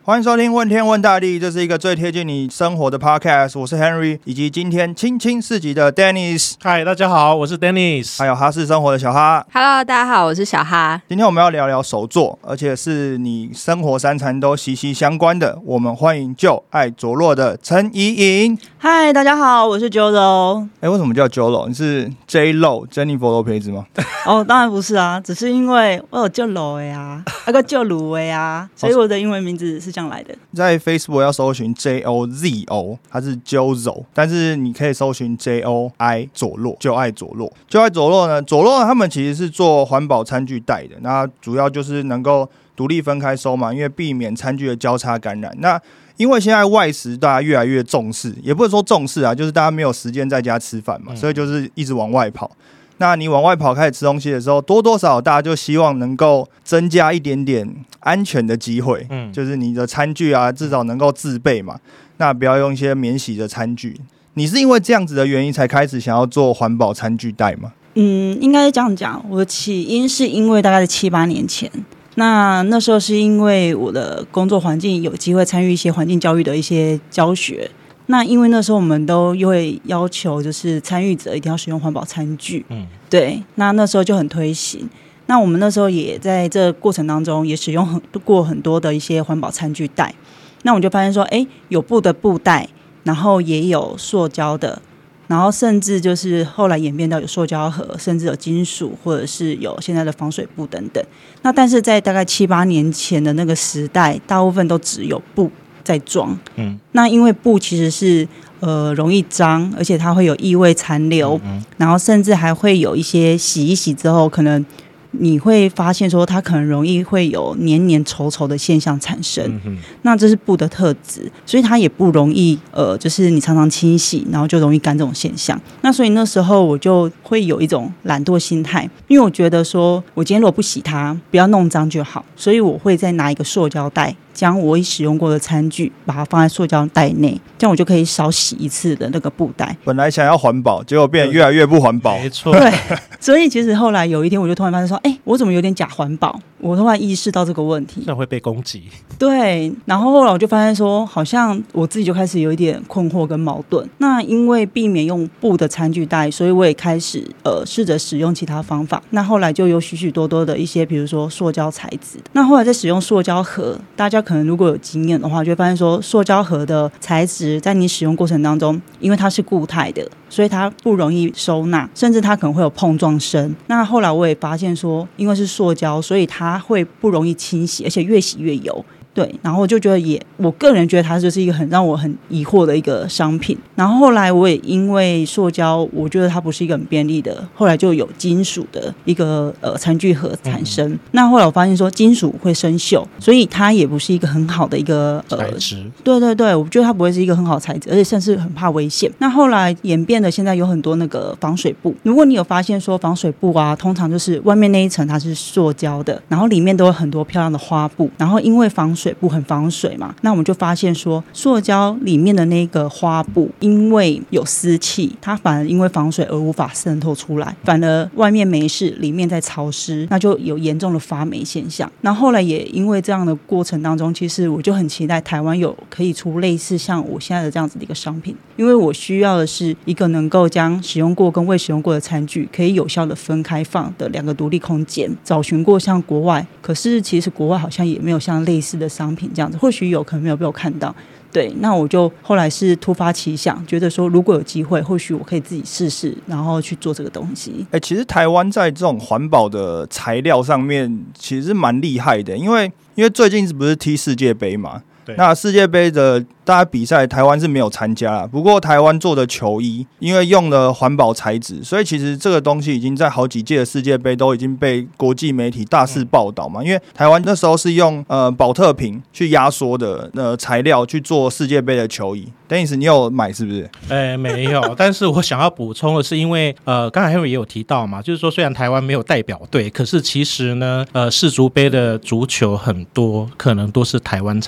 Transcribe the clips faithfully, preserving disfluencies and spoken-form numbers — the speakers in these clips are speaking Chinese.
欢迎收听问天问大地，这是一个最贴近你生活的 podcast。我是 Henry， 以及今天青青四集的 Dennis。 嗨，大家好，我是 Dennis。 还有哈式生活的小哈。 Hello， 大家好，我是小哈。 今天我们要聊聊手作，而且是你生活三餐都息息相关的。我们欢迎就爱着落的陈怡莹。 嗨，大家好，我是 Jolo。 哎，为什么叫 Jolo？ 你是 J-Lo Jennifer Lopez 吗？ 哦，当然不是啊，只是因为我有 Jolo 呀，那个 Jolo 呀，所以我的英文名字是这样来的。 在 Facebook 要搜寻 J O Z O， 它是 Jozo， 但是你可以搜寻 J O I 着落，就爱着落。就爱着落呢，着落他们其实是做环保餐具袋的，那主要就是能够独立分开收嘛，因为避免餐具的交叉感染。那因为现在外食大家越来越重视，也不是说重视啊，就是大家没有时间在家吃饭嘛，所以就是一直往外跑。那你往外跑开始吃东西的时候，多多少少大家就希望能够增加一点点安全的机会，嗯，就是你的餐具啊至少能够自备嘛，那不要用一些免洗的餐具。你是因为这样子的原因才开始想要做环保餐具袋吗？ 嗯，应该这样讲，我的起因是因为大概在七八年前。那那时候是因为我的工作环境有机会参与一些环境教育的一些教学，那因为那时候我们都会要求就是参与者一定要使用环保餐具，嗯，对，那那时候就很推行。那我们那时候也在这个过程当中也使用很过很多的一些环保餐具袋，那我们就发现说，哎，有布的布袋，然后也有塑胶的。然后甚至就是后来演变到有塑胶盒，甚至有金属，或者是有现在的防水布等等。那但是在大概七八年前的那个时代，大部分都只有布在装。嗯，那因为布其实是呃容易脏，而且它会有异味残留，嗯嗯，然后甚至还会有一些洗一洗之后，可能你会发现说它可能容易会有黏黏稠稠的现象产生，嗯，那这是布的特质，所以它也不容易呃，就是你常常清洗，然后就容易干这种现象。那所以那时候我就会有一种懒惰心态，因为我觉得说我今天如果不洗它，不要弄脏就好，所以我会再拿一个塑胶袋，将我已使用过的餐具把它放在塑胶袋内，这样我就可以少洗一次的那个布袋。 本来想要环保，结果变得越来越不环保。 没错， 对，所以其实后来有一天我就突然发现说，哎，我怎么有点假环保？我突然意识到这个问题， 这样会被攻击。 对，然后后来我就发现说，好像我自己就开始有一点困惑跟矛盾。那因为避免用布的餐具袋，所以我也开始呃试着使用其他方法。那后来就有许许多多的一些，比如说塑胶材质。那后来在使用塑胶盒，大家可能如果有经验的话，就会发现说，塑胶盒的材质在你使用过程当中，因为它是固态的，所以它不容易收纳，甚至它可能会有碰撞声。那后来我也发现说，因为是塑胶，所以它会不容易清洗，而且越洗越油。对，然后我就觉得也，我个人觉得它就是一个很让我很疑惑的一个商品。然后后来我也因为塑胶，我觉得它不是一个很便利的，后来就有金属的一个呃餐具盒产生。嗯、那后来我发现说金属会生锈，所以它也不是一个很好的一个呃材质。 对对对，我觉得它不会是一个很好的材质，而且甚至很怕危险。那后来演变的现在有很多那个防水布，如果你有发现说防水布啊，通常就是外面那一层它是塑胶的，然后里面都有很多漂亮的花布，然后因为防水水布很防水嘛，那我们就发现说，塑胶里面的那个花布，因为有湿气，它反而因为防水而无法渗透出来，反而外面没事，里面在潮湿，那就有严重的发霉现象。那后来也因为这样的过程当中，其实我就很期待台湾有可以出类似像我现在的这样子的一个商品，因为我需要的是一个能够将使用过跟未使用过的餐具可以有效的分开放的两个独立空间。找寻过像国外，可是其实国外好像也没有像类似的商品这样子，或许有，可能没有被我看到。对，那我就后来是突发奇想，觉得说如果有机会，或许我可以自己试试，然后去做这个东西。 欸、其实台湾在这种环保的材料上面其实蛮厉害的，因为因为最近不是踢世界杯嘛，那世界杯的大家比赛台湾是没有参加啦，不过台湾做的球衣因为用了环保材质，所以其实这个东西已经在好几届的世界杯都已经被国际媒体大肆报道嘛。因为台湾那时候是用呃保特瓶去压缩的呃材料去做世界杯的球衣。Dennis 你有买是不是？ 哎、欸，没有，但是我想要补充的是，因为呃刚才 Henry 也有提到嘛，就是说虽然台湾没有代表队，可是其实呢呃世足杯的足球很多可能都是台湾厂商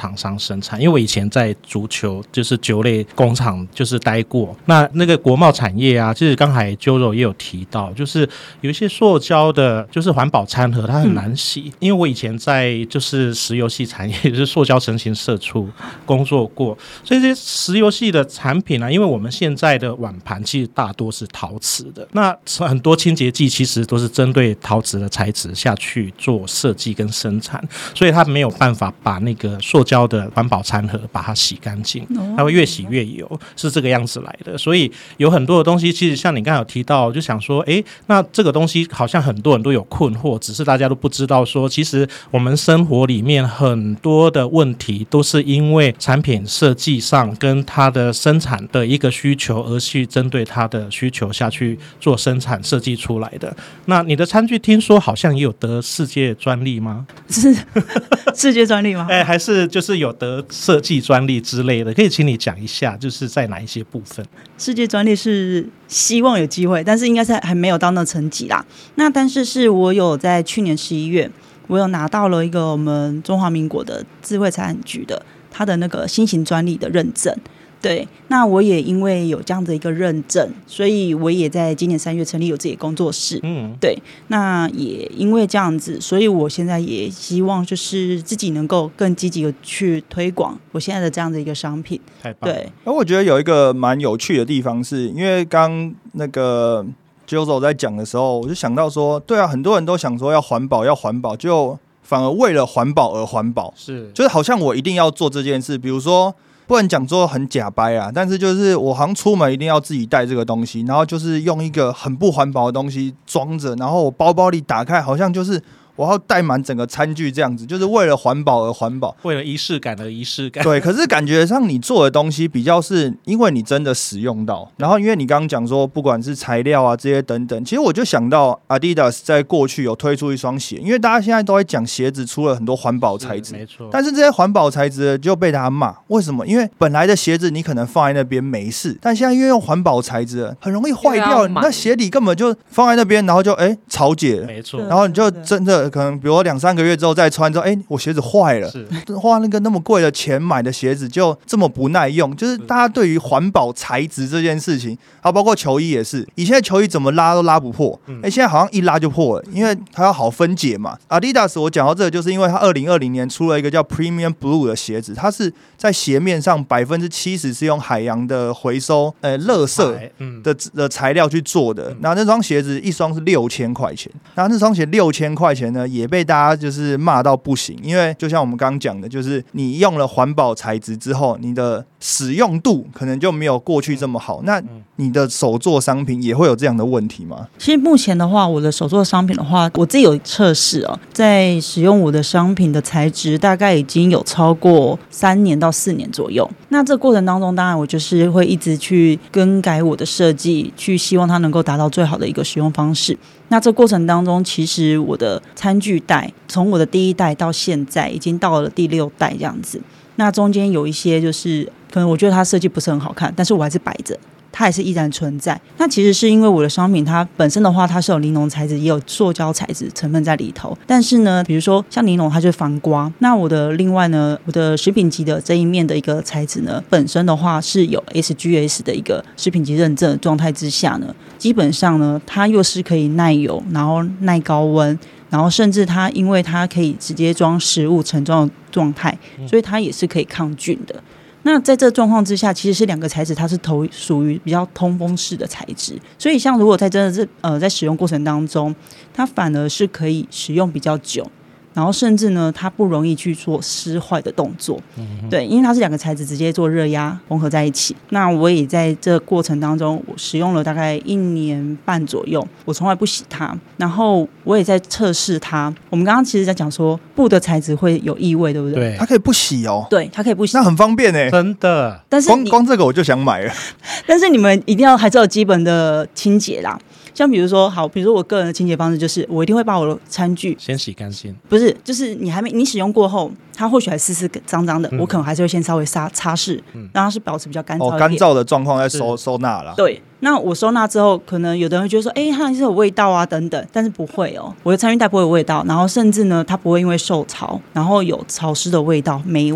生产，因为我以前在足球就是酒类工厂就是待过，那那个国贸产业啊，其实刚才啾柔也有提到，就是有一些塑胶的就是环保餐盒它很难洗、嗯、因为我以前在就是石油系产业就是塑胶成型射出工作过，所以这些石油系的产品啊，因为我们现在的碗盘其实大多是陶瓷的，那很多清洁剂其实都是针对陶瓷的材质下去做设计跟生产，所以它没有办法把那个塑胶的环保餐盒把它洗干净，它会越洗越油，是这个样子来的。所以有很多的东西其实像你刚才有提到，就想说诶，那这个东西好像很多人都有困惑，只是大家都不知道说其实我们生活里面很多的问题都是因为产品设计上跟它的生产的一个需求而去针对它的需求下去做生产设计出来的。那你的餐具听说好像也有得世界专利吗？ 是世界专利吗？ 哎，还是就是有得设计专利之类的，可以请你讲一下，就是在哪一些部分？ 世界专利是希望有机会，但是应该是还没有到那层级啦。那但是是我有在去年十一月，我有拿到了一个我们中华民国的智慧财产局的它的那个新型专利的认证。对，那我也因为有这样的一个认证，所以我也在今年三月成立有自己的工作室。嗯，对，那也因为这样子，所以我现在也希望就是自己能够更积极的去推广我现在的这样的一个商品。 太棒了。 对， 而我觉得有一个蛮有趣的地方是，因为刚那个 Jozo 在讲的时候，我就想到说，对啊，很多人都想说要环保，要环保，就反而为了环保而环保， 是， 就是好像我一定要做这件事，比如说。不能讲说很假掰啊，但是就是我好像出门一定要自己带这个东西，然后就是用一个很不环保的东西装着，然后我包包里打开，好像就是我要带满整个餐具这样子，就是为了环保而环保， 为了仪式感而仪式感。 对，可是感觉上你做的东西比较是因为你真的使用到，然后因为你刚刚讲说不管是材料啊这些等等，其实我就想到 Adidas 在过去有推出一双鞋，因为大家现在都在讲鞋子出了很多环保材质， 没错， 但是这些环保材质就被大家骂，为什么？因为本来的鞋子你可能放在那边没事，但现在因为用环保材质很容易坏掉，那鞋底根本就放在那边，然后就哎潮解了， 没错， 然后你就真的可能比如两三个月之后再穿之后，哎，我鞋子坏了，花那个那么贵的钱买的鞋子就这么不耐用，就是大家对于环保材质这件事情，还包括球衣也是，以前的球衣怎么拉都拉不破，哎、嗯，现在好像一拉就破了，因为它要好分解嘛。Adidas 我讲到这个，就是因为它二零二零年出了一个叫 Premium Blue 的鞋子，它是在鞋面上百分之七十是用海洋的回收呃垃圾的的材料去做的，然后那双鞋子一双是六千块钱，然后那双鞋六千块钱呢也被大家就是骂到不行，因为就像我们刚刚讲的，就是你用了环保材质之后，你的使用度可能就没有过去这么好。那你的手作商品也会有这样的问题吗？ 其实目前的话，我的手作商品的话，我自己有测试哦，在使用我的商品的材质，大概已经有超过三年到四年左右。那这个过程当中，当然我就是会一直去更改我的设计，去希望它能够达到最好的一个使用方式。那这过程当中，其实我的餐具袋从我的第一代到现在已经到了第六代这样子。那中间有一些就是可能我觉得它设计不是很好看，但是我还是摆着，它还是依然存在。那其实是因为我的商品它本身的话，它是有尼龙材质也有塑胶材质成分在里头，但是呢比如说像尼龙它就是防刮，那我的另外呢我的食品级的这一面的一个材质呢，本身的话是有 S G S 的一个食品级认证的状态之下呢，基本上呢它又是可以耐油，然后耐高温，然后甚至它因为它可以直接装食物盛装的状态，所以它也是可以抗菌的。那在这状况之下，其实是两个材质它是头属于比较通风式的材质，所以像如果在真的是呃在使用过程当中，它反而是可以使用比较久，然后甚至呢它不容易去做湿坏的动作、嗯、对，因为它是两个材质直接做热压融合在一起。那我也在这个过程当中我使用了大概一年半左右，我从来不洗它，然后我也在测试它。我们刚刚其实在讲说布的材质会有异味，对不对？ 对，它可以不洗哦。 对，它可以不洗， 那很方便耶， 真的。 但是光光这个我就想买了。 但是你们一定要还是有基本的清洁啦，像比如说好，比如说我个人的清洁方式就是我一定会把我的餐具先洗干净， 不是就是你还没你使用过后它或许还湿湿脏脏的、嗯、我可能还是会先稍微擦擦拭、嗯、让它是保持比较干燥一点， 哦，干燥的状况再收收纳啦。 对，那我收纳之后可能有的人会觉得说哎、欸，它还是有味道啊等等，但是不会哦，我的餐具袋不会有味道，然后甚至呢它不会因为受潮然后有潮湿的味道霉味，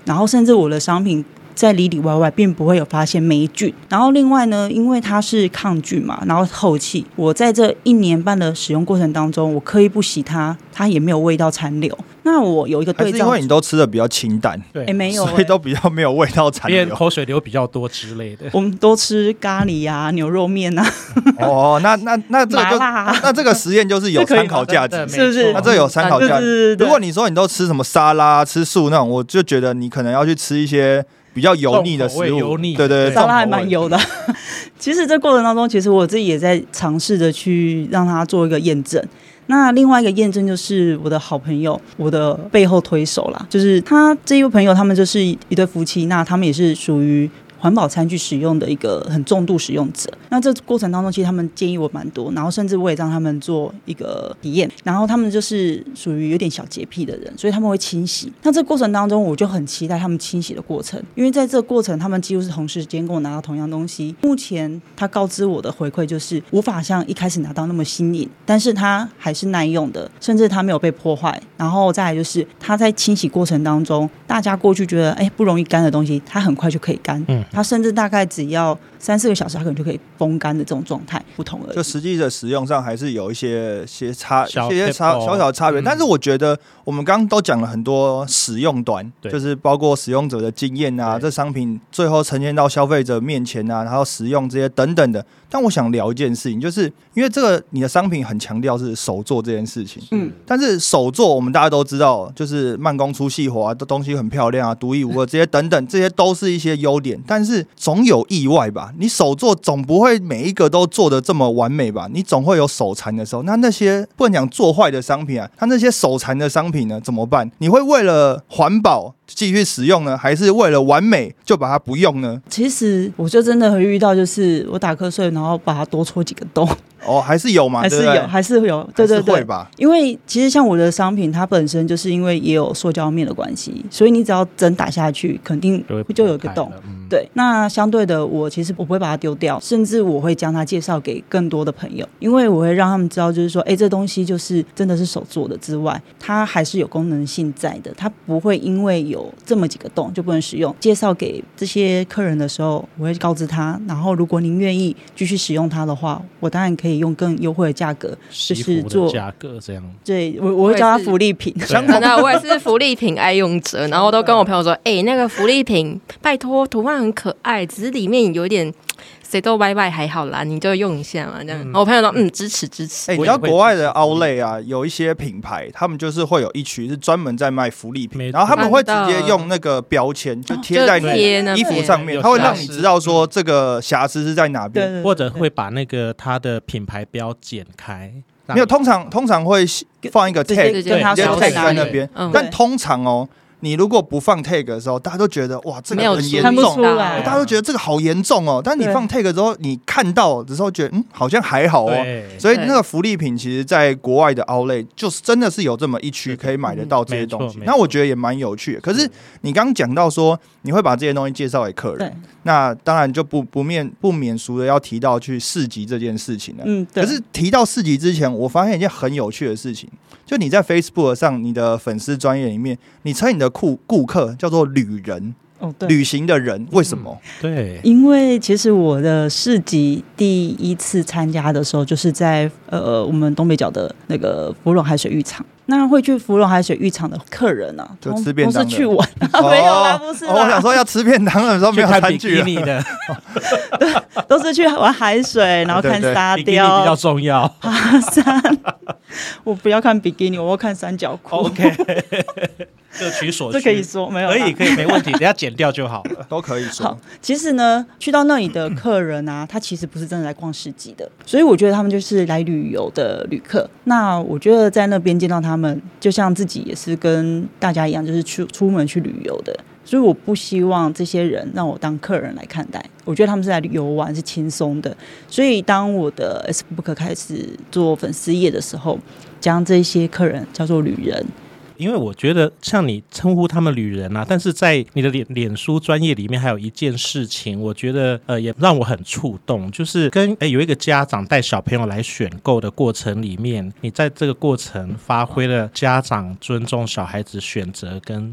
然后甚至我的商品在里里外外并不会有发现霉菌。然后另外呢，因为它是抗菌嘛，然后透气，我在这一年半的使用过程当中，我刻意不洗它，它也没有味道残留。那我有一个对照， 还是因为你都吃的比较清淡， 对， 哎，没有、欸， 所以都比较没有味道残别人留。 口水流比较多之类的。 我们都吃咖喱啊、牛肉面啊， 哦，那那那这个就麻辣啊那这个实验就是有参考价值， 这可以是不是那这有参考价值。 对对对对如果你说你都吃什么沙拉、吃素那种，我就觉得你可能要去吃一些比较油腻的食物， 重口味油腻对对对， 沙拉还重口味蛮油的。其实这过程当中，其实我自己也在尝试着去让他做一个验证。那另外一个验证就是我的好朋友，我的背后推手啦，就是他这一位朋友，他们就是一对夫妻，那他们也是属于环保餐具使用的一个很重度使用者。那这过程当中，其实他们建议我蛮多，然后甚至我也让他们做一个体验，然后他们就是属于有点小洁癖的人，所以他们会清洗。那这过程当中，我就很期待他们清洗的过程，因为在这个过程，他们几乎是同时间跟我拿到同样东西。目前他告知我的回馈就是无法像一开始拿到那么新颖，但是它还是耐用的，甚至它没有被破坏。然后再来就是它在清洗过程当中，大家过去觉得哎不容易干的东西，它很快就可以干。嗯，它甚至大概只要三四个小时，它可能就可以风干的这种状态不同而已。 就实际的使用上还是有一些些差、 小些差小小的差别、嗯。但是我觉得我们刚刚都讲了很多使用端，就是包括使用者的经验啊，这商品最后呈现到消费者面前啊，然后使用这些等等的。但我想聊一件事情，就是因为这个你的商品很强调是手做这件事情，嗯，但是手做我们大家都知道，就是慢工出细活啊，东西很漂亮啊，独一无二这些等等，这些都是一些优点。但是总有意外吧？你手做总不会每一个都做得这么完美吧？你总会有手残的时候。那那些不能讲做坏的商品啊，它那些手残的商品呢怎么办？你会为了环保继续使用呢，还是为了完美就把它不用呢？ 其实我就真的会遇到，就是我打瞌睡，然后把它多戳几个洞。 哦，还是有嘛？ 还是有，还是有，对对对， 会吧？ 因为其实像我的商品，它本身就是因为也有塑胶面的关系，所以你只要针打下去，肯定就有一个洞。嗯、对，那相对的，我其实我不会把它丢掉，甚至我会将它介绍给更多的朋友，因为我会让他们知道，就是说，哎，这东西就是真的是手做的之外，它还是有功能性在的，它不会因为有这么几个洞就不能使用。介绍给这些客人的时候，我会告知他，然后如果您愿意继续使用它的话，我当然可以用更优惠的价格，就是做价格这样。 对，我我会叫它福利品。 真的，我也是福利品爱用者，然后都跟我朋友说，哎、欸，那个福利品，拜托，图案很可爱，只是里面有点。谁都拜拜还好啦，你就用一下嘛，这样。嗯、我朋友说，嗯，支持支持。 哎、欸，你知道国外的 outlet 啊，有一些品牌，他们就是会有一区是专门在卖福利品，然后他们会直接用那个标签就贴在你衣服上面，他会让你知道说这个瑕疵是在哪边， 或者会把那个它的品牌标剪开。 没有，通常通常会放一个 tag， 直接 tag 在那边，嗯、但通常哦。你如果不放 tag 的时候，大家都觉得哇，这个很严重，大家都觉得这个好严重哦。但你放 tag 之后，你看到的时候觉得嗯，好像还好哦。所以那个福利品，其实在国外的 outlet 就是真的是有这么一区可以买得到这些东西。那我觉得也蛮有趣的。可是你刚刚讲到说，你会把这些东西介绍给客人，那当然就不不免不免俗的要提到去市集这件事情了。嗯，可是提到市集之前，我发现一件很有趣的事情。就你在 Facebook 上，你的粉丝专页里面，你称你的顾顾客叫做旅人，哦，对，旅行的人，为什么？ 嗯、对， 因为其实我的市集第一次参加的时候，就是在呃我们东北角的那个福隆海水浴场。那会去福隆海水浴场的客人啊， 就吃便当的， 都是去玩、啊哦，没有啦，不是啦、 哦。我想说要吃便当的时候没有餐具了， 的都是去玩海水，然后看沙雕， 比基尼比较重要。 爬山，我不要看比基尼，我要看三角裤。 OK， 各取所需， 这可以说没有？ 可以，可以，没问题，等一下剪掉就好了， 都可以说。 好，其实呢，去到那里的客人啊，他其实不是真的来逛市集的，所以我觉得他们就是来旅游的旅客。那我觉得在那边见到他们，就像自己也是跟大家一样，就是出出门去旅游的。所以我不希望这些人让我当客人来看待，我觉得他们是来游玩，是轻松的。所以当我的 Facebook 开始做粉丝页的时候，将这些客人叫做旅人。 因为我觉得像你称呼他们旅人啊，但是在你的脸脸书专页里面还有一件事情，我觉得呃也让我很触动，就是跟诶有一个家长带小朋友来选购的过程里面，你在这个过程发挥了家长尊重小孩子选择跟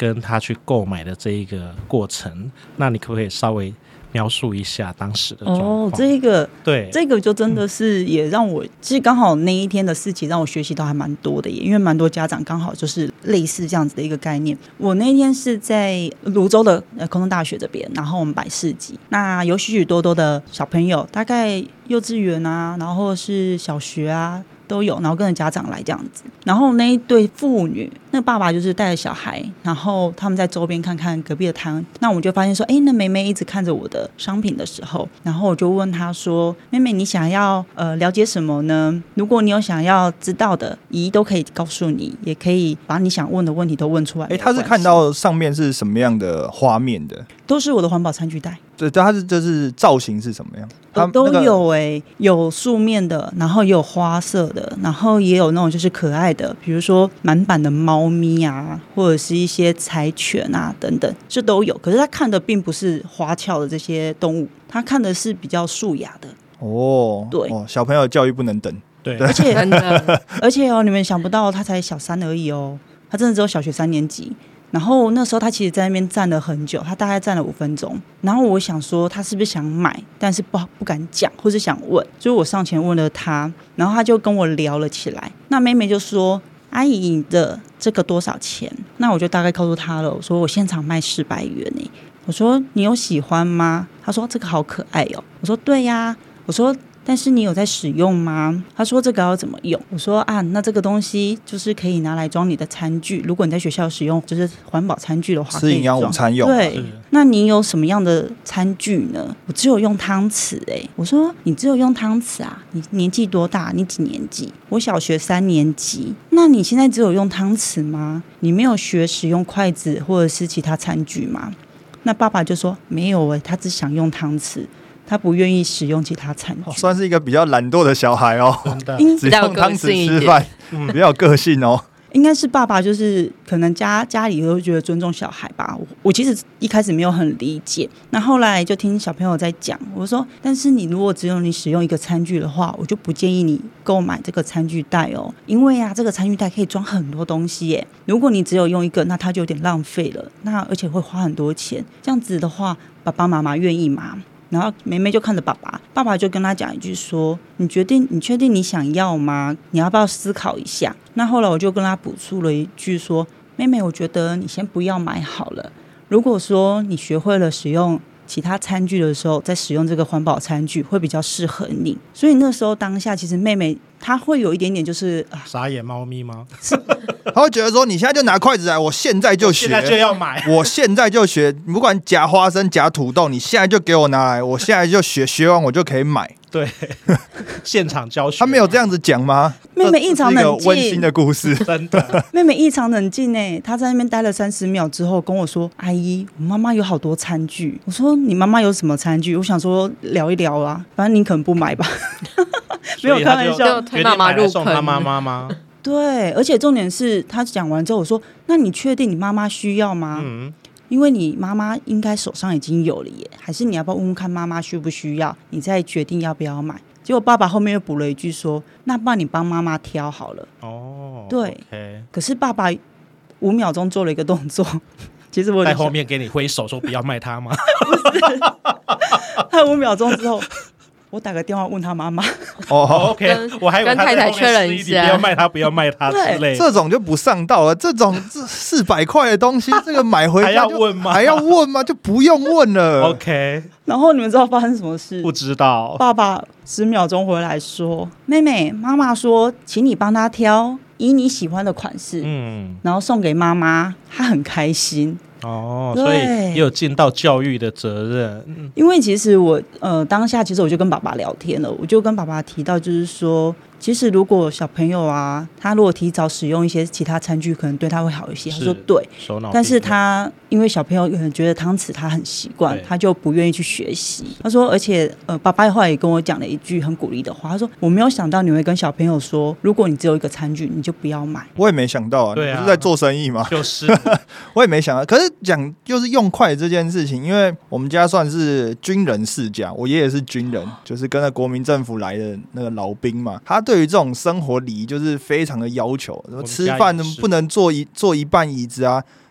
跟他去购买的这一个过程，那你可不可以稍微描述一下当时的状况？ 哦，这个对， 这个就真的是也让我，其实刚好那一天的事情让我学习到还蛮多的耶，因为蛮多家长刚好就是类似这样子的一个概念。我那一天是在泸州的呃空中大学这边，然后我们摆市集，那有许许多多的小朋友，大概幼稚园啊，然后是小学啊。都有，然后跟着家长来这样子，然后那一对父女，那个爸爸就是带着小孩，然后他们在周边看看隔壁的摊，那我们就发现说，哎，那妹妹一直看着我的商品的时候，然后我就问她说，妹妹你想要呃了解什么呢？如果你有想要知道的，姨都可以告诉你，也可以把你想问的问题都问出来。 哎，他是看到上面是什么样的画面的？ 都是我的环保餐具袋。 对，它是就是造型是什么样？它、 都有哎、欸，有素面的，然后也有花色的，然后也有那种就是可爱的，比如说满版的猫咪啊，或者是一些柴犬啊等等，这都有。可是他看的并不是花俏的这些动物，他看的是比较素雅的。 哦， 对哦，小朋友的教育不能等。 对， 而且真的， 而且哦，你们想不到，他才小三而已哦，他真的只有小学三年级。然后那时候他其实在那边站了很久，他大概站了五分钟。然后我想说他是不是想买，但是不不敢讲，或是想问，所以我上前问了他，然后他就跟我聊了起来。那妹妹就说：“阿姨，你的这个多少钱？”那我就大概告诉他了，我说我现场卖四百元呢。我说你有喜欢吗？他说这个好可爱哦。我说对呀。我说但是你有在使用吗？他说这个要怎么用？我说啊，那这个东西就是可以拿来装你的餐具。如果你在学校使用就是环保餐具的话， 吃营养午餐用。 对，那你有什么样的餐具呢？我只有用汤匙哎、欸。我说你只有用汤匙啊？你年纪多大？你几年级？我小学三年级。那你现在只有用汤匙吗？你没有学使用筷子或者是其他餐具吗？那爸爸就说没有哎、欸，他只想用汤匙。他不愿意使用其他餐具、 哦，算是一个比较懒惰的小孩哦， 真的只用汤匙吃饭，嗯，比较有个性哦。 应该是爸爸就是可能家家里都觉得尊重小孩吧。我, 我其实一开始没有很理解，那后来就听小朋友在讲，我说但是你如果只有你使用一个餐具的话，我就不建议你购买这个餐具袋哦，因为啊这个餐具袋可以装很多东西耶，如果你只有用一个，那它就有点浪费了，那而且会花很多钱，这样子的话爸爸妈妈愿意吗？然后妹妹就看着爸爸，爸爸就跟他讲一句说：“你决定，你确定你想要吗？你要不要思考一下？”那后来我就跟他补充了一句说：“妹妹，我觉得你先不要买好了。如果说你学会了使用其他餐具的时候，再使用这个环保餐具会比较适合你。”所以那时候当下，其实妹妹她会有一点点就是傻眼猫咪吗？ 他会觉得说：“你现在就拿筷子来，我现在就学， 现在就要买， 我现在就学，不管夹花生、夹土豆，你现在就给我拿来，我现在就学，学完我就可以买。” 对，现场教学。 他没有这样子讲吗？ 妹妹异常冷静， 一个温馨的故事， 真的。 妹妹异常冷静诶，她在那边待了三十秒之后跟我说：“阿姨，我妈妈有好多餐具。”我说：“你妈妈有什么餐具？”我想说聊一聊啊，反正你可能不买吧。没有开玩笑， 推妈妈入坑， 他妈妈吗？ 对，而且重点是他讲完之后，我说：“那你确定你妈妈需要吗？”嗯，因为你妈妈应该手上已经有了耶，还是你要不要问问看妈妈需不需要，你再决定要不要买。结果爸爸后面又补了一句说：“那不然你帮妈妈挑好了。”哦，对。Okay. 可是爸爸五秒钟做了一个动作，其实我在后面给你挥手说不要卖他吗？ 不是，他五秒钟之后。我打个电话问他妈妈。 哦 ，OK， 我还跟太太确认一下， 不要卖他，不要卖他之类。 这种就不上道了。这种四百块的东西，这个买回家还要问吗？ 还要问吗？就不用问了。 OK。 然后你们知道发生什么事？ 不知道。 爸爸十秒钟回来说：“妹妹，妈妈说，请你帮她挑以你喜欢的款式，嗯，然后送给妈妈，她很开心。” 哦，所以也有尽到教育的责任。 嗯、因为其实我呃当下其实我就跟爸爸聊天了，我就跟爸爸提到，就是说，其实如果小朋友啊，他如果提早使用一些其他餐具，可能对他会好一些。他说对，但是他因为小朋友可能觉得汤匙他很习惯，他就不愿意去学习。他说，而且呃，爸爸后来也跟我讲了一句很鼓励的话，他说：“我没有想到你会跟小朋友说，如果你只有一个餐具，你就不要买。” 我也没想到啊， 对啊， 你不是在做生意吗？ 就是， 我也没想到。可是讲就是用筷这件事情，因为我们家算是军人世家，我爷爷是军人，就是跟着国民政府来的那个老兵嘛。他对于这种生活礼仪就是非常的要求，吃饭不能坐一坐一半椅子啊。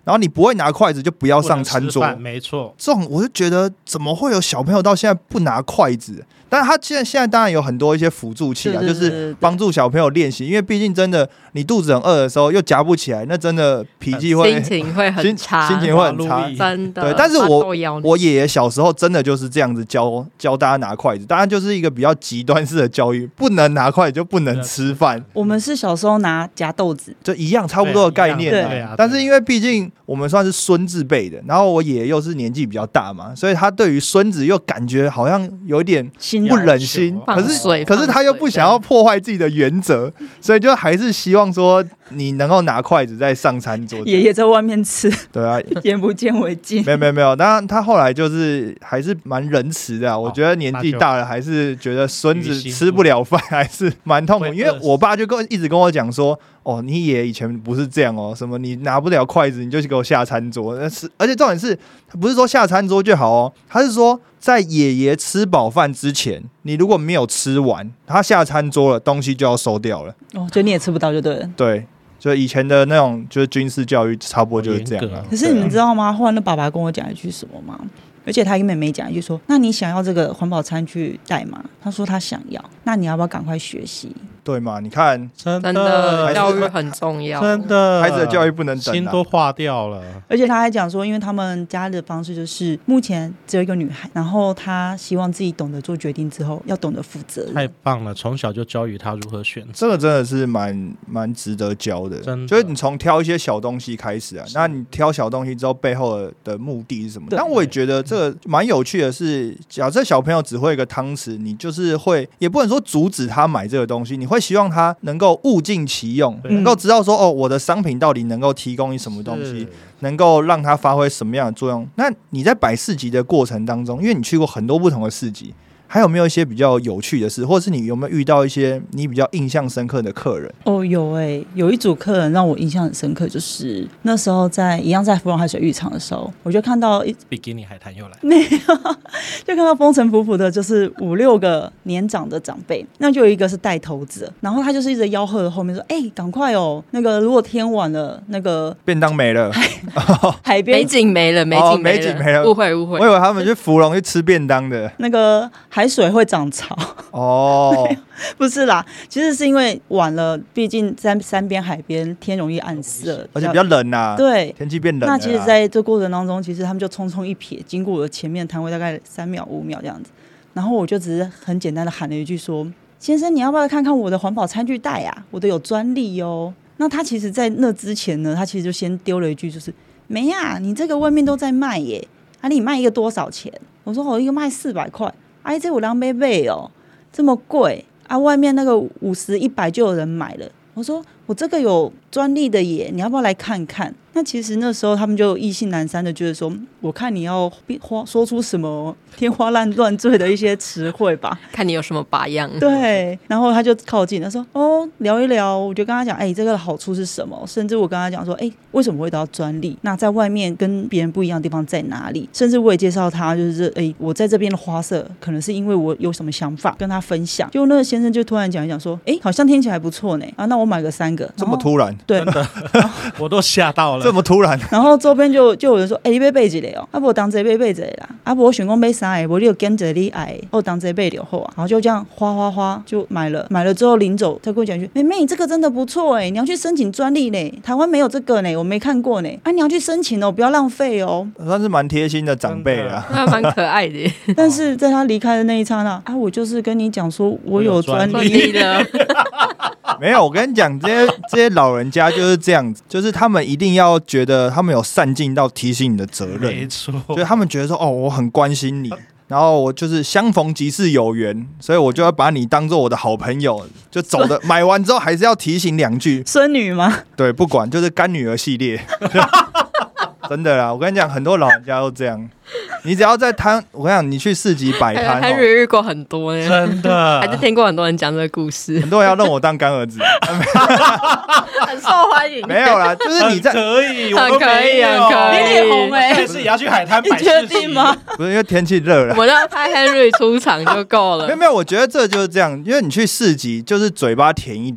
然后你不会拿筷子就不要上餐桌， 没错。 这种我就觉得怎么会有小朋友到现在不拿筷子？但是他现在现在当然有很多一些辅助器啊， 对对对对就是帮助小朋友练习，因为毕竟真的你肚子很饿的时候又夹不起来，那真的脾气会心情会很差， 心情会很差， 真的。 对，但是我我爷爷小时候真的就是这样子教教大家拿筷子，当然就是一个比较极端式的教育，不能拿筷子就不能吃饭。 我们是小时候拿夹豆子， 就一样差不多的概念、啊。 对啊， 但是因为毕竟我们算是孙字辈的，然后我爷爷又是年纪比较大嘛，所以他对于孙子又感觉好像有一点不忍心，可是可是他又不想要破坏自己的原则，所以就还是希望说你能够拿筷子在上餐桌。 爷爷在外面吃， 对啊， 眼不见为净。 没有没有没有，当然他后来就是还是蛮仁慈的、啊。我觉得年纪大了还是觉得孙子吃不了饭还是蛮痛苦，因为我爸就跟一直跟我讲说。哦，你爷以前不是这样哦，什么你拿不了筷子你就去给我下餐桌，而且重点是不是说下餐桌就好哦，他是说在爷爷吃饱饭之前，你如果没有吃完，他下餐桌了，东西就要收掉了。 哦，就你也吃不到就对了。 对，就以前的那种就是军事教育，差不多就是这样、啊。 可是你们知道吗？后来那爸爸跟我讲一句什么吗？而且他跟妹妹讲一句说：“那你想要这个环保餐具袋吗？”他说他想要，那你要不要赶快学习？ 对嘛？你看， 真的， 真的教育很重要， 真的， 孩子的教育不能等、啊， 心都化掉了。 而且他还讲说，因为他们家的方式就是目前只有一个女孩，然后他希望自己懂得做决定之后，要懂得负责任。 太棒了，从小就教育他如何选择， 这个真的是蛮蛮值得教的。 真的， 就是你从挑一些小东西开始啊，那你挑小东西之后背后的的目的是什么？但我也觉得这个蛮有趣的是，假设小朋友只会一个汤匙，你就是会也不能说阻止他买这个东西，你会希望他能够物尽其用，能够知道说哦，我的商品到底能够提供你什么东西，能够让它发挥什么样的作用。那你在摆市集的过程当中，因为你去过很多不同的市集，还有没有一些比较有趣的事，或者是你有没有遇到一些你比较印象深刻的客人？ 哦，有哎、欸，有一组客人让我印象很深刻，就是那时候在一样在芙蓉海水浴场的时候，我就看到一比基尼海滩又来， 没有，就看到风尘仆仆的，就是五六个年长的长辈，那就有一个是带头子，然后他就是一直吆喝后面说：“哎、欸，赶快哦，那个如果天晚了，那个便当没了， 海边美景没了，美景没了， 美景没了， 误会误会， 我以为他们去芙蓉去吃便当的， 那个海水会涨潮哦。” 不是啦，其实是因为晚了，毕竟在山边海边天容易暗色， 而且比较冷啊， 对， 天气变冷。 那其实在这过程当中，其实他们就匆匆一瞥，经过我的前面摊位大概三秒五秒这样子，然后我就只是很简单的喊了一句说：“先生，你要不要看看我的环保餐具袋啊？我的有专利哦。”那他其实在那之前呢，他其实就先丢了一句，就是“没啊，你这个外面都在卖耶，啊你卖一个多少钱？”我说：“我一个卖四百块，哎，这我两杯杯哦，这么贵。”啊，外面那个五十、一百就有人买了。我说我这个有专利的耶，你要不要来看看？那其实那时候他们就意兴阑珊的，觉得说，我看你要说出什么天花乱乱坠的一些词汇吧， 看你有什么把样。 对，然后他就靠近，他说：“哦，聊一聊。”我就跟他讲：“哎、欸，这个好处是什么？”甚至我跟他讲说：“哎、欸，为什么会得到专利？那在外面跟别人不一样的地方在哪里？”甚至我也介绍他，就是哎、欸，我在这边的花色，可能是因为我有什么想法跟他分享。就那个先生就突然讲一讲说：“哎、欸，好像听起来不错呢，啊，那我买个三个。” 这么突然？ 对， 真的，我都吓到了。 这么突然？ 然后周边就就有人说：“哎、欸，你要买一个哦，啊，不当这买买一个啦，啊，不我选讲买三个，我你有跟着你爱，我当这买就好啊。”然后就这样花花花就买了，买了之后临走，他跟我讲一句：“妹妹，这个真的不错哎，你要去申请专利嘞，台湾没有这个呢，我没看过呢，啊，你要去申请哦，不要浪费哦。” 算是蛮贴心的长辈啊， 他蛮可爱的。 但是在他离开的那一刹那，啊，我就是跟你讲说我有专利了。 没有，我跟你讲，这些这些老人家就是这样子，就是他们一定要觉得他们有善尽到提醒你的责任， 没错， 就是他们觉得说，哦，我很关心你，然后我就是相逢即是有缘，所以我就要把你当做我的好朋友，就走的买完之后还是要提醒两句。 孙女吗？ 对，不管，就是干女儿系列。真的啦，我跟你讲，很多老人家都这样。你只要在摊，我跟你讲，你去市集摆摊， 还遇过很多呢， 真的， 还是听过很多人讲这个故事。 很多人要认我当干儿子， 很受欢迎。 没有啦，就是你在可以， 很可以，很可以， 你脸红哎， 但是也要去海滩摆市集， 你确定吗？ 不是因为天气热了， 我要拍 Henry 出场就够了。 没有没有，我觉得这就是这样，因为你去市集就是嘴巴甜一点。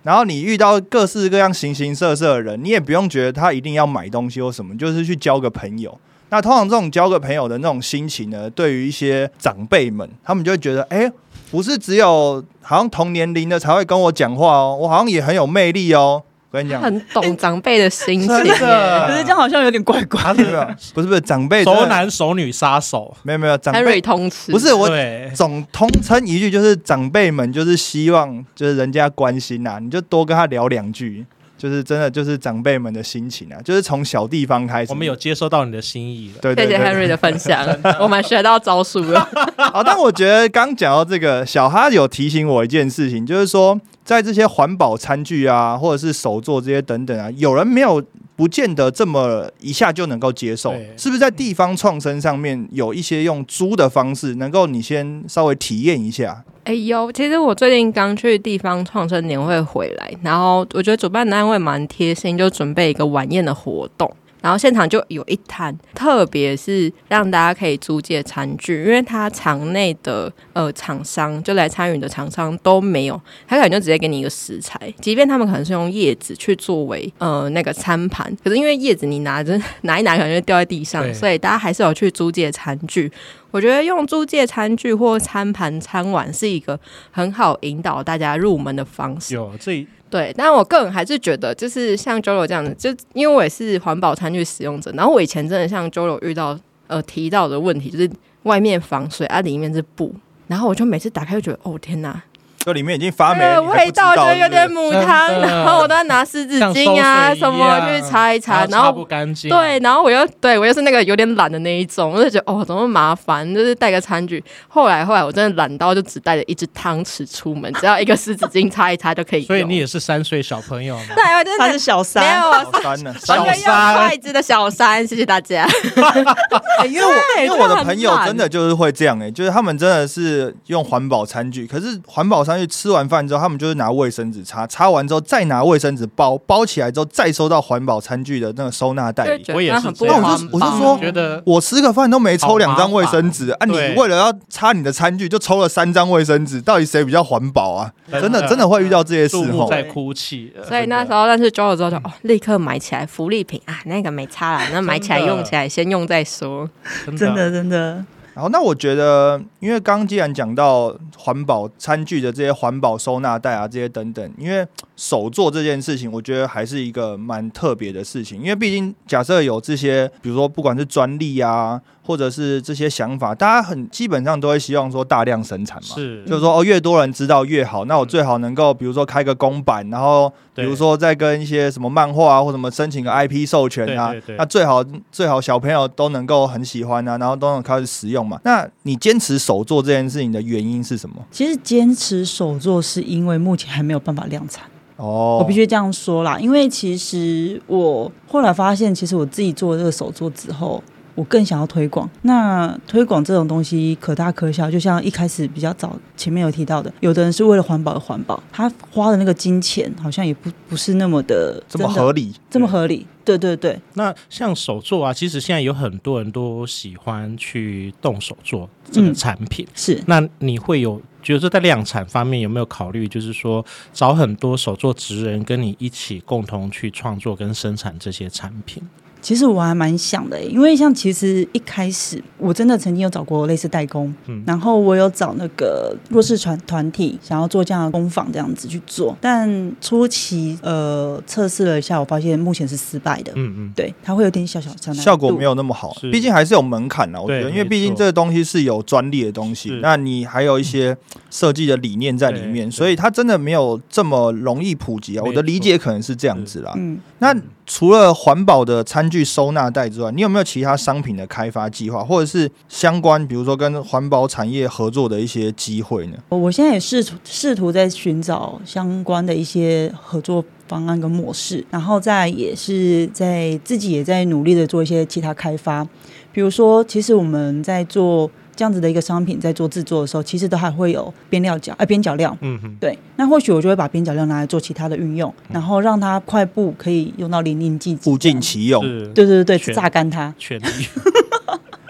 然后你遇到各式各样形形色色的人，你也不用觉得他一定要买东西或什么，就是去交个朋友。那通常这种交个朋友的那种心情呢，对于一些长辈们，他们就会觉得，哎、欸，不是只有好像同年龄的才会跟我讲话哦，我好像也很有魅力哦。我跟你讲， 很懂长辈的心情， 真的， 可是这样好像有点怪怪的。 不是不是，长辈熟男熟女杀手， 没有没有，长辈 Henry 通吃， 不是我总通称一句，就是长辈们就是希望就是人家关心啊，你就多跟他聊两句。就是真的，就是长辈们的心情啊，就是从小地方开始。 我们有接收到你的心意了， 对对对， 谢谢 Henry 的分享，我们学到招数了。 好，但我觉得刚讲到这个，小哈有提醒我一件事情，就是说，在这些环保餐具啊，或者是手作这些等等啊，有人没有不见得这么一下就能够接受，是不是在地方创生上面有一些用租的方式，能够你先稍微体验一下？ 哎呦，其实我最近刚去地方创生年会回来，然后我觉得主办单位蛮贴心，就准备一个晚宴的活动。然后现场就有一摊，特别是让大家可以租借餐具，因为他场内的呃厂商就来参与的厂商都没有，他可能就直接给你一个食材，即便他们可能是用叶子去作为呃那个餐盘，可是因为叶子你拿着拿一拿可能就掉在地上，所以大家还是有去租借餐具。我觉得用租借餐具或餐盘餐碗是一个很好引导大家入门的方式。 有这对，但我个人还是觉得，就是像 Jolo 这样子，就因为我也是环保餐具使用者，然后我以前真的像 Jolo 遇到呃提到的问题，就是外面防水啊，里面是布，然后我就每次打开就觉得，哦天哪！ 就里面已经发霉了， 味道就有点母汤，然后我都要拿湿纸巾啊什么去擦一擦，然后擦不干净。 对，然后我又对我又是那个有点懒的那一种，我就觉得哦怎么那么麻烦，就是带个餐具。后来后来我真的懒到就只带着一只汤匙出门，只要一个湿纸巾擦一擦就可以用。 所以你也是三岁小朋友吗？ 对，我真的他是小三， 没有小三呢， 小三筷子的小三，谢谢大家。 欸、因为我因为我的朋友真的就是会这样哎、欸，就是他们真的是用环保餐具，可是环保餐具吃完饭之后，他们就是拿卫生纸擦，擦完之后再拿卫生纸包包起来之后，再收到环保餐具的那个收纳袋里。 我也是这样，我就我就说， 觉得我吃个饭都没抽两张卫生纸啊！你为了要擦你的餐具，就抽了三张卫生纸，到底谁比较环保啊？真的真的会遇到这些事后，在哭泣。 所以那时候认识 Joe 之后就，就哦，立刻买起来福利品啊，那个没擦啦，那买起来用起来，先用再说。 真的真的。 然后，那我觉得，因为刚刚既然讲到环保餐具的这些环保收纳袋啊，这些等等，因为手做这件事情，我觉得还是一个蛮特别的事情。因为毕竟，假设有这些，比如说不管是专利啊，或者是这些想法，大家很基本上都会希望说大量生产嘛， 是， 就是说哦，越多人知道越好。那我最好能够，比如说开个公版，然后比如说再跟一些什么漫画啊或什么申请个 I P 授权啊， 对对对， 那最好最好小朋友都能够很喜欢啊，然后都能开始使用嘛。那你坚持手做这件事情的原因是什么？ 其实坚持手做是因为目前还没有办法量产。 哦， 我必须这样说啦，因为其实我后来发现，其实我自己做这个手作之后，我更想要推广。那推广这种东西可大可小，就像一开始比较早前面有提到的，有的人是为了环保而环保，他花的那个金钱好像也不不是那么的这么合理， 这么合理。对对对。 那像手作啊，其实现在有很多人都喜欢去动手做这个产品。 嗯、是。 那你会有觉得在量产方面有没有考虑，就是说找很多手作职人跟你一起共同去创作跟生产这些产品？ 其实我还蛮想的，因为像其实一开始我真的曾经有找过类似代工，嗯，然后我有找那个弱势团团体想要做这样的工坊这样子去做，但初期呃测试了一下，我发现目前是失败的，嗯嗯，对，它会有点小小的效果没有那么好，毕竟还是有门槛啦，我觉得，因为毕竟这个东西是有专利的东西，那你还有一些设计的理念在里面，所以它真的没有这么容易普及啊。我的理解可能是这样子啦，嗯，那除了环保的餐具收纳袋之外，你有没有其他商品的开发计划，或者是相关比如说跟环保产业合作的一些机会呢？ 我现在也试图试图在寻找相关的一些合作方案跟模式，然后再也是在自己也在努力的做一些其他开发，比如说其实我们在做这样子的一个商品在做制作的时候，其实都还会有边料角呃边角料，嗯哼，对，那或许我就会把边角料拿来做其他的运用，然后让它快步可以用到淋漓尽致， 物尽其用， 对对对对，榨干它， 全力。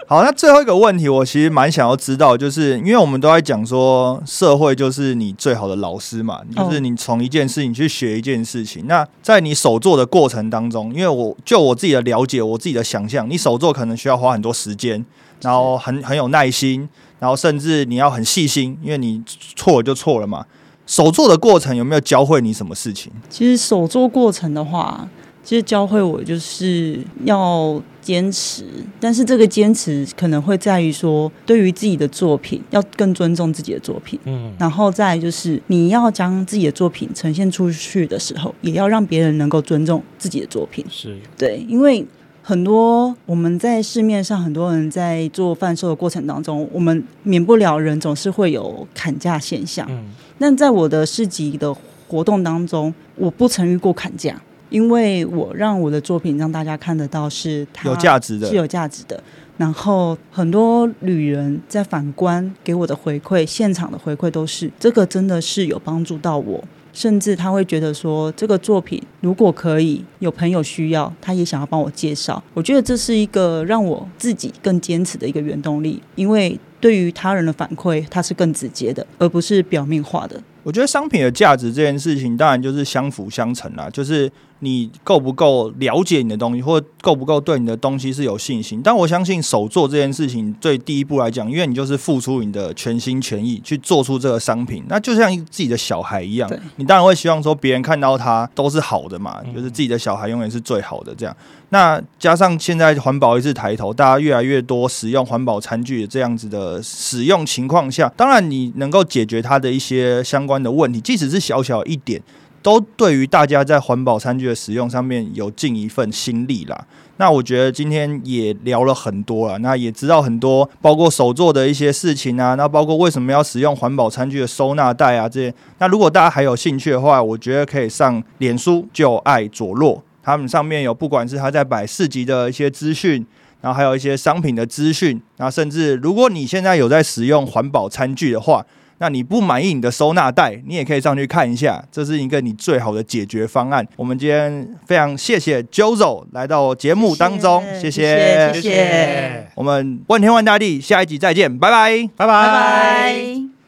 好，那最后一个问题，我其实蛮想要知道，就是因为我们都在讲说，社会就是你最好的老师嘛，就是你从一件事情去学一件事情。那在你手做的过程当中，因为我就我自己的了解，我自己的想象，你手做可能需要花很多时间，然后很很有耐心，然后甚至你要很细心，因为你错了就错了嘛。手做的过程有没有教会你什么事情？ 其实手做过程的话，其实教会我就是要坚持，但是这个坚持可能会在于说，对于自己的作品要更尊重自己的作品，嗯，然后再来就是你要将自己的作品呈现出去的时候，也要让别人能够尊重自己的作品， 是对，因为很多我们在市面上很多人在做贩售的过程当中，我们免不了人总是会有砍价现象，嗯，但在我的市集的活动当中，我不曾遇过砍价。因为我让我的作品让大家看得到是它有价值的， 是有价值的。然后很多旅人在反观给我的回馈，现场的回馈都是这个真的是有帮助到我，甚至他会觉得说这个作品如果可以有朋友需要，他也想要帮我介绍。我觉得这是一个让我自己更坚持的一个原动力，因为对于他人的反馈，它是更直接的，而不是表面化的。 我觉得商品的价值这件事情，当然就是相辅相成啦，就是你够不够了解你的东西，或者够不够对你的东西是有信心。但我相信手做这件事情，对第一步来讲，因为你就是付出你的全心全意去做出这个商品，那就像自己的小孩一样，你当然会希望说别人看到他都是好的嘛，就是自己的小孩永远是最好的这样。那加上现在环保意识抬头，大家越来越多使用环保餐具的这样子的使用情况下，当然你能够解决它的一些相关的问题，即使是小小一点，都对于大家在环保餐具的使用上面有尽一份心力啦。那我觉得今天也聊了很多啦，那也知道很多包括手做的一些事情啊，那包括为什么要使用环保餐具的收纳袋啊这些。那如果大家还有兴趣的话，我觉得可以上脸书就爱佐洛，他们上面有不管是他在摆市集的一些资讯，然后还有一些商品的资讯，然后甚至如果你现在有在使用环保餐具的话，那你不满意你的收纳袋，你也可以上去看一下，这是一个你最好的解决方案。我们今天非常谢谢 Jozo 来到节目当中，谢谢， 谢谢， 我们问天问大地，下一集再见，拜拜， 拜拜。 拜拜。